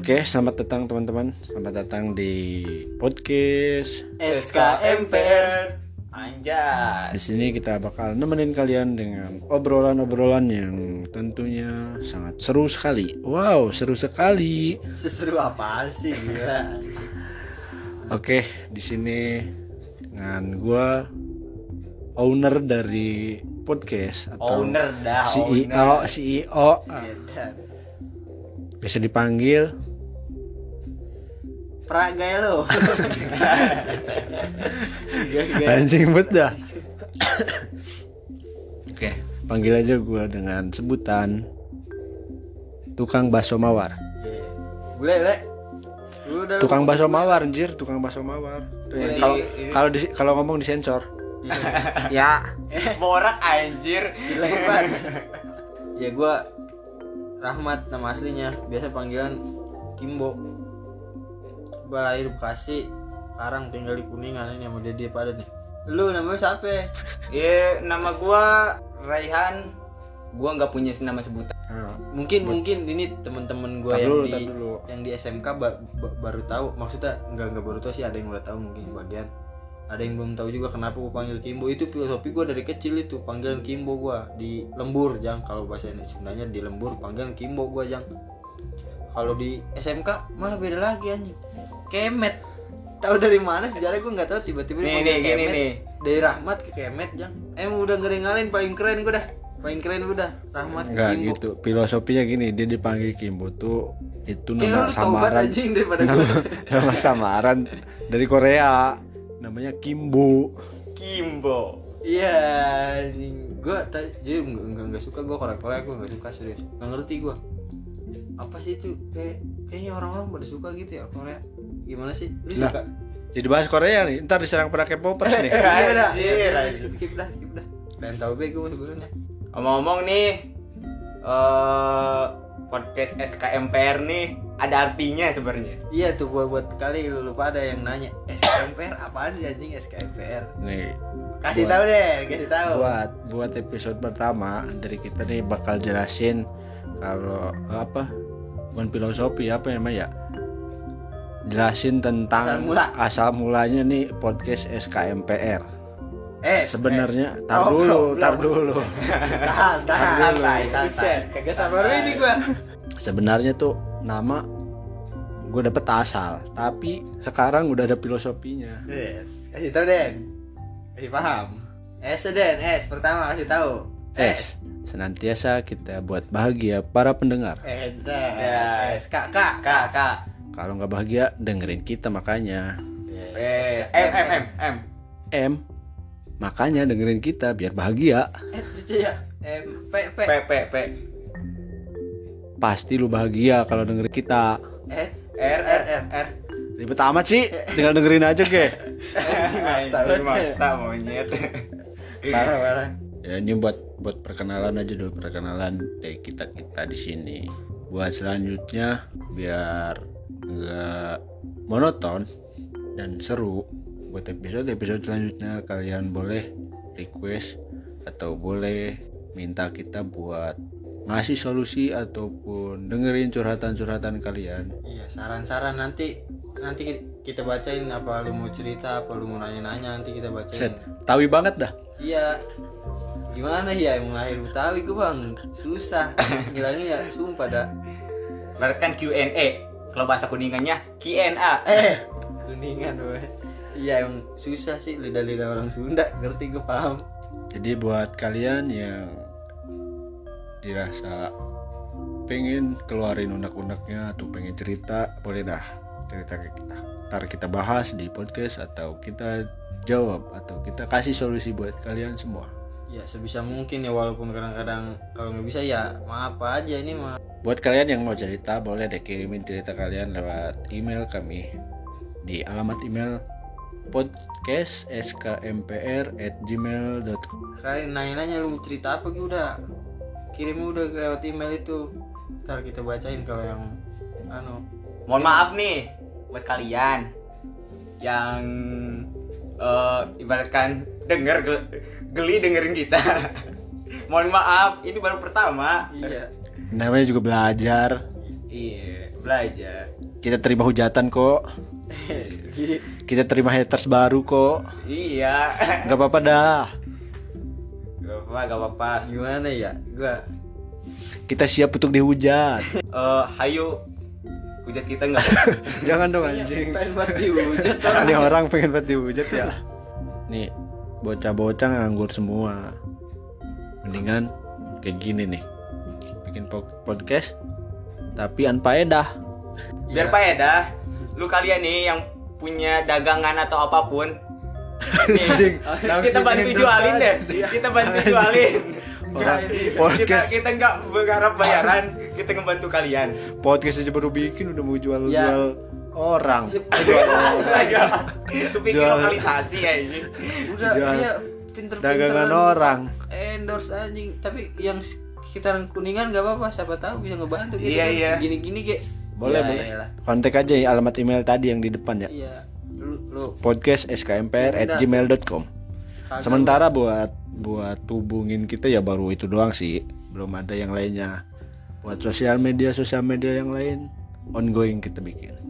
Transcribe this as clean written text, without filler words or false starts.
Oke, selamat datang teman-teman. Selamat datang di podcast SKMPR. Anjas. Di sini kita bakal nemenin kalian dengan obrolan-obrolan yang tentunya sangat seru sekali. Wow, seru sekali. Seseru apaan sih gila. Oke, di sini dengan gua owner dari podcast atau Owner dah, CEO. Bisa dipanggil Praga lo. anjing bet dah. Oke, panggil aja gue dengan sebutan tukang bakso mawar. Boleh. Tukang bakso mawar, anjir, tukang bakso mawar. Kalau ngomong disensor. Ya. Borak anjir. Jelek banget. Ya gua Rahmat nama aslinya, biasa panggilan Kimbo. Gua lahir Bekasi, sekarang tinggal di Kuningan ini sama Dede pada nih. Lu namanya siapa? Iya, nama gua Raihan. Gua nggak punya nama sebutan. Mungkin ini teman-teman gua yang di SMK baru tahu. Maksudnya enggak baru tahu sih, ada yang udah tahu mungkin bagian. Ada yang belum tahu juga kenapa gua panggil Kimbo. Itu filosofi gua dari kecil, itu panggilan Kimbo gua di lembur, Jang. Kalau bahasa Sundanya di lembur panggilan Kimbo gua, Jang. Kalau di SMK malah beda lagi, anjing. Kemet. Tahu dari mana sejarah gua enggak tahu, tiba-tiba dipanggil Kemet. Nih. Dari Rahmat ke Kemet, Jang. Udah ngering-ngalin paling keren gua dah. Rahmat Enggak Kimbo. gitu. Filosofinya gini, dia dipanggil Kimbo tuh itu Kayak nama samaran. Nama samaran dari Korea. Namanya Kimbo. Iya, anjing. Gua jadi enggak suka gua Korea, gua enggak suka, serius. Enggak ngerti gua. Apa sih itu? Kayaknya orang-orang pada suka gitu ya Korea. Gimana sih? Lu suka? Jadi bahas Korea nih, ntar diserang pada K-popers nih. Iya, skip dah. Pengen tahu bego sebenarnya. Ngomong-ngomong nih, podcast SKMPR nih ada artinya sebenarnya. Iya tuh, buat kali lu pada yang nanya SKMPR apaan sih anjing SKMPR? Nih, Kasih tahu. Buat episode pertama dari kita nih bakal jelasin kalau bukan filosofi apa namanya ya. Jelasin tentang asal mulanya nih podcast SKMPR. Sebenarnya tar dulu. Tahan. Kagak sabar ini gua. Sebenarnya tuh nama gue dapet asal, tapi sekarang udah ada filosofinya. Yes. Kasih tahu Den. Kasih paham. Den, pertama kasih tahu. Senantiasa kita buat bahagia para pendengar. Kak. Kalau nggak bahagia dengerin kita, makanya. M. Makanya dengerin kita biar bahagia. Itu ya. P. Pasti lu bahagia kalau dengerin kita. R. Ribet amat sih, tinggal dengerin aja ke. Masa monyet. Parah. Ya ini buat perkenalan aja dulu, perkenalan dari kita di sini. Buat selanjutnya biar nggak monoton dan seru, buat episode selanjutnya kalian boleh request atau boleh minta kita buat ngasih solusi ataupun dengerin curhatan kalian. Iya, saran-saran nanti kita bacain. Apa lu mau cerita, apa lu mau nanya-nanya, nanti kita bacain. Tawi banget dah. Iya. Gimana ya yang lahir Betawi gue, Bang? Susah ngilangnya ya, sumpah dah. Berarti kan Q&A. Kalau bahasa Kuningannya Q&A. Kuningan gue. Iya, emang susah sih, lidah orang Sunda, ngerti gue, paham. Jadi buat kalian yang dirasa pengen keluarin unek-uneknya atau pengen cerita, boleh dah cerita ke kita. Ntar kita bahas di podcast atau kita jawab atau kita kasih solusi buat kalian semua. Ya sebisa mungkin ya, walaupun kadang-kadang kalau nggak bisa ya maaf aja ini mah. Buat kalian yang mau cerita, boleh deh kirimin cerita kalian lewat email kami di alamat email podcast.skmpr@gmail.com. Kalian nanya-nanya lu mau cerita apa, gue udah kirim lewat email itu. Ntar kita bacain kalau yang Mohon maaf nih buat kalian yang ibaratkan geli dengerin kita. Mohon maaf, ini baru pertama. Iya. Namanya juga belajar. Iya, belajar. Kita terima hujatan kok. Kita terima haters baru kok. Iya. Gak apa-apa dah. Gak apa-apa. Gimana ya? Kita siap untuk dihujat. Hayu hujat kita nggak? Jangan dong anjing. Pengen buat dihujat. Ini orang pengen buat dihujat ya. Nih, bocah-bocah nganggur semua. Mendingan kayak gini nih. Bikin podcast tapi anfaedah. Biar faedah. Lu kalian nih yang punya dagangan atau apapun. Nih, Anjing, kita bantu jualin deh. Kita bantu jualin. Orang kita podcast nggak berharap bayaran, kita ngebantu kalian. podcast aja baru bikin udah mau jual orang. Itu bikin Jual. lokalisasi ya ini. Udah Jual dia pinter-pinteran dagangan buka orang. endorse anjing, tapi yang sekitaran Kuningan gak apa-apa, siapa tahu bisa ngebantu gitu. Iya, kan. iya. Gini-gini kayak Boleh, boleh. Kontak aja ya alamat email tadi yang di depan ya. Iya. Lu podcast@skmpr@gmail.com. Sementara buat hubungin kita ya baru itu doang sih, belum ada yang lainnya. Buat sosial media yang lain ongoing kita bikin.